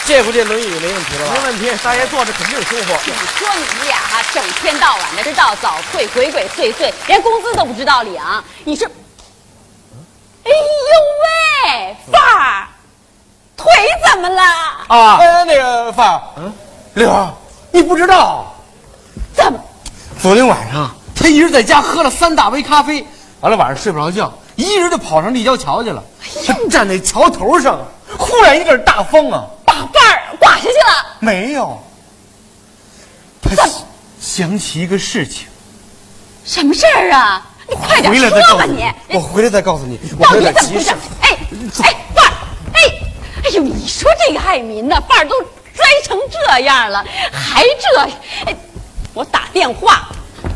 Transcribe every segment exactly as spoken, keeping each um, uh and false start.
这回这轮椅没问题了吧？ 没问题，大爷坐着肯定舒服。 你说你们俩哈、啊，整天到晚的知道早退鬼鬼祟祟，连工资都不知道领。你是，哎呦喂，范儿，腿怎么了？ 啊，哎，那个范儿，嗯，六儿，你不知道？ 怎么？ 昨天晚上他一直在家喝了三大杯咖啡，完了晚上睡不着觉，一人就跑上立交桥去了。他站在桥头上，忽然一阵大风啊， 把范儿刮下去了。 没有，他想起一个事情。 什么事儿啊？你快点说吧你！ 我回来再告诉你。我到回底怎么回事？哎哎，范儿，哎，哎呦，你说这个爱民呢，范儿都栽成这样了，还这……哎，我打电话。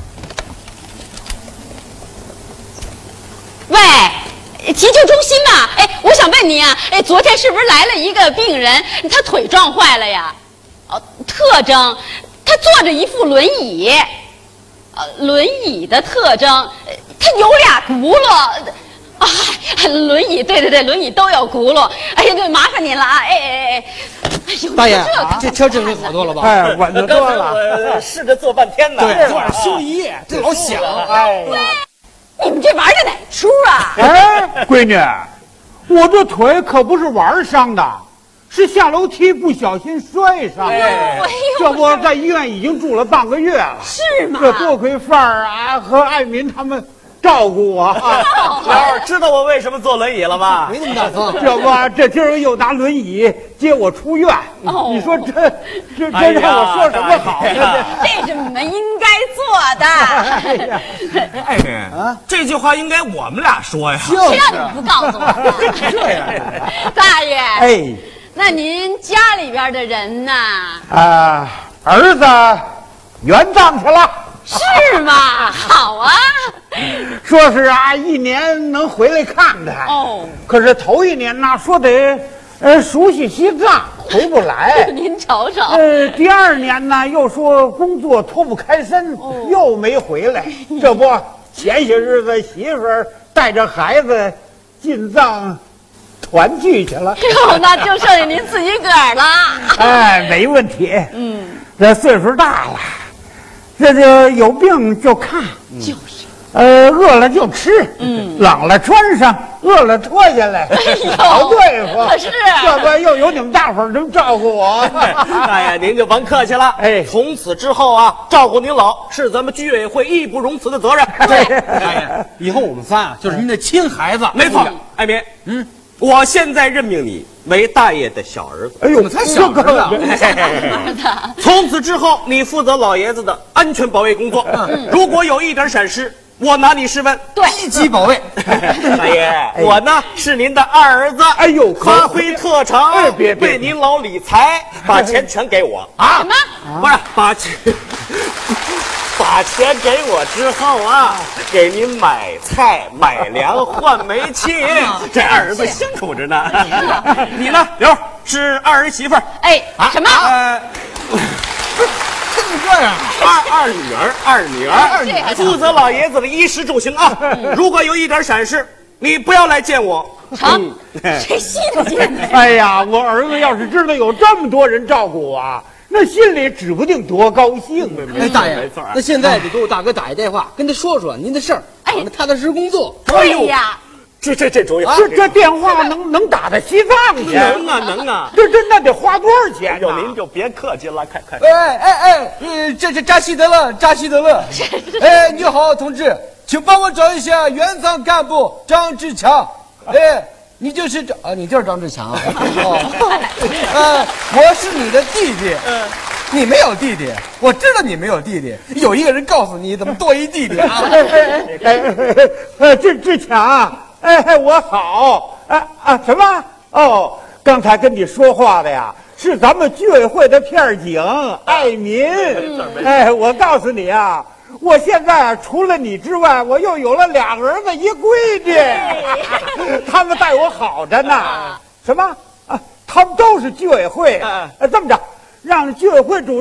喂，急救中心呐！哎，我想问你啊，哎，昨天是不是来了一个病人，他腿撞坏了呀？哦，特征，他坐着一副轮椅。呃，轮椅的特征，它有俩轱辘，啊，轮椅，对对对，轮椅都有轱辘。哎呀，对，麻烦您了啊！哎哎哎，哎呦， 大爷，这车整理好多了吧？ 哎，稳得多了，试着坐半天呢。 对，坐着修一夜，这老响。 哎， 你们这玩的哪出啊？ 哎，闺女，我这腿可不是玩伤的。是下楼梯不小心摔上的， 哎、 这不在医院已经住了半个月了。 是吗？ 这多亏范儿啊和爱民他们照顾我。 老二知道我为什么坐轮椅了吧？ 没那么大风。 这不，这今儿又拿轮椅接我出院。哦、你说这这这让我说什么好呢？ 这是你们应该做的。 哎呀，爱民啊，这句话应该我们俩说呀。 谁让你们不告诉我呢？ 这样， 大爷。 哎。 那您家里边的人呢？ 啊，儿子援葬去了。 是吗？好啊。 说是啊，一年能回来看看。哦。可是头一年呢，说得呃熟悉西藏，回不来。 您瞅瞅。 呃，第二年呢，又说工作脱不开身，哦、又没回来。这不，前些日子媳妇儿带着孩子进藏。团聚去了， 哟，那就剩下您自己个儿了。 哎，没问题。嗯，这岁数大了，这就有病就看， 就是。 呃，饿了就吃，嗯，冷了穿上，饿了脱下来， 哎呦， 好对付。 是， 这不又有你们大伙儿这么照顾我。 大爷您就甭客气了。哎，从此之后啊，照顾您老是咱们居委会义不容辞的责任。 对，大爷，以后我们仨啊就是您的亲孩子。 没错，爱民，嗯。我现在任命你为大爷的小儿子。 哎呦， 才小儿子！ 儿子， 从此之后，你负责老爷子的安全保卫工作。嗯、如果有一点闪失，我拿你试问。 对， 一级保卫。 大爷，哎、我呢是您的二儿子。 哎呦， 发挥特长，哎、别别为您老理财，把钱全给我啊！ 什么？ 不是把钱。把钱给我之后啊，给您买菜、买粮、换煤气，这二儿子辛苦着呢。你呢，刘是二儿媳妇儿。 哎，啊、什么？ 呃， 这么这样， 二二女儿，二女儿，二女儿负责老爷子的衣食住行啊。如果有一点闪失，你不要来见我。 成，谁稀得见呢？ 哎呀，我儿子要是知道有这么多人照顾我啊。那心里指不定多高兴啊！ 哎，大爷，那现在得给我大哥打一电话，跟他说说您的事儿，哎，踏踏实实工作。 对呀， 这这这主意， 这这电话能能打到西藏去？ 能啊能啊！ 这这那得花多少钱呢？您就别客气了，快快！ 哎哎哎，呃，这是扎西德勒，扎西德勒。哎，你好，同志，请帮我找一下援藏干部张志强。哎。你就是张啊，你就是张志强啊！哦，呃，我是你的弟弟。嗯，你没有弟弟，我知道你没有弟弟。有一个人告诉你怎么多一弟弟啊！ 哎哎哎哎，志志强，哎，我好。啊啊，什么？哦，刚才跟你说话的呀，是咱们居委会的片警爱民。哎，我告诉你啊。我现在除了你之外，我又有了俩儿子一闺女，他们待我好着呢。什么啊？他们都是居委会。呃，这么着，让居委会主任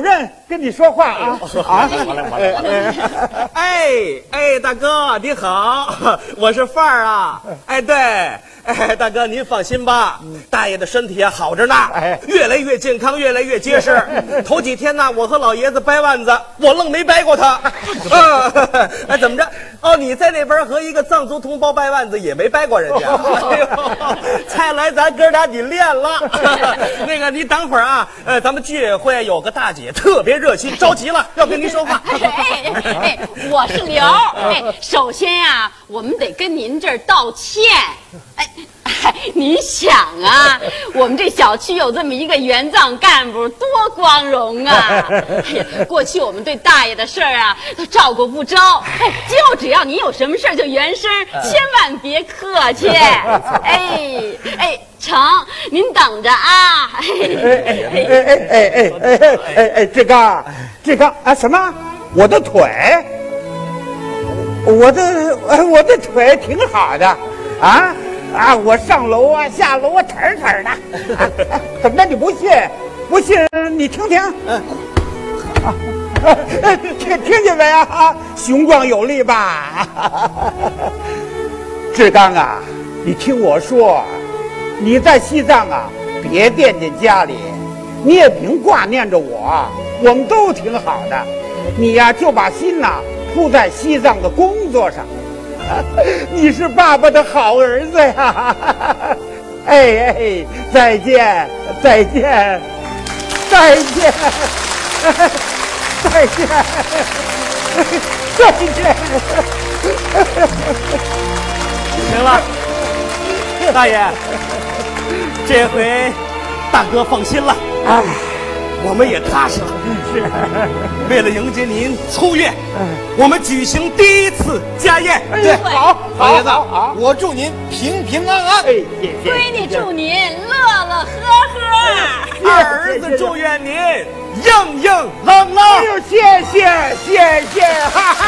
跟你说话啊啊！ 我来，我来。哎哎，大哥你好，我是范儿啊。哎，对，哎，大哥您放心吧，大爷的身体啊好着呢， 哎， 越来越健康，越来越结实。头几天呢，我和老爷子掰腕子，我愣没掰过他。啊，哎，怎么着？哦，你在那边和一个藏族同胞掰腕子，也没掰过人家。哎呦，看来咱哥俩你练了。那个，你等会儿啊，呃，咱们居委会有个大姐特别热心，着急了，要跟您说话。 哎哎哎，我是刘。哎，首先呀、啊，我们得跟您这儿道歉。哎。哎，你想啊，我们这小区有这么一个原藏干部，多光荣啊！哎呀，过去我们对大爷的事儿啊都照顾不周，哎，今后只要你有什么事儿就原声，千万别客气。哎哎，成，您等着啊！ 哎哎哎哎哎哎哎哎，志刚，志刚啊，什么？我的腿？我的我的腿挺好的，啊。啊，我上楼啊，下楼啊，腿腿的、啊。怎么着？你不信？不信你听听。嗯、啊，听听见没啊？雄壮有力吧？志刚啊，你听我说，你在西藏啊，别惦记家里，你也别挂念着我，我们都挺好的。你呀、啊，就把心呐、啊、扑在西藏的工作上。你是爸爸的好儿子呀！哎哎，再见，再见，再见，再见，再见。 行了，大爷，这回大哥放心了，哎，我们也踏实了。 是， 为了迎接您出院，我们举行第一次家宴。 对，好，老爷子， 好， 我祝您平平安安。 哎，谢谢。 闺女祝您乐乐呵呵， 儿子祝愿您硬硬朗朗。 哎呦，谢谢，谢谢，哈哈。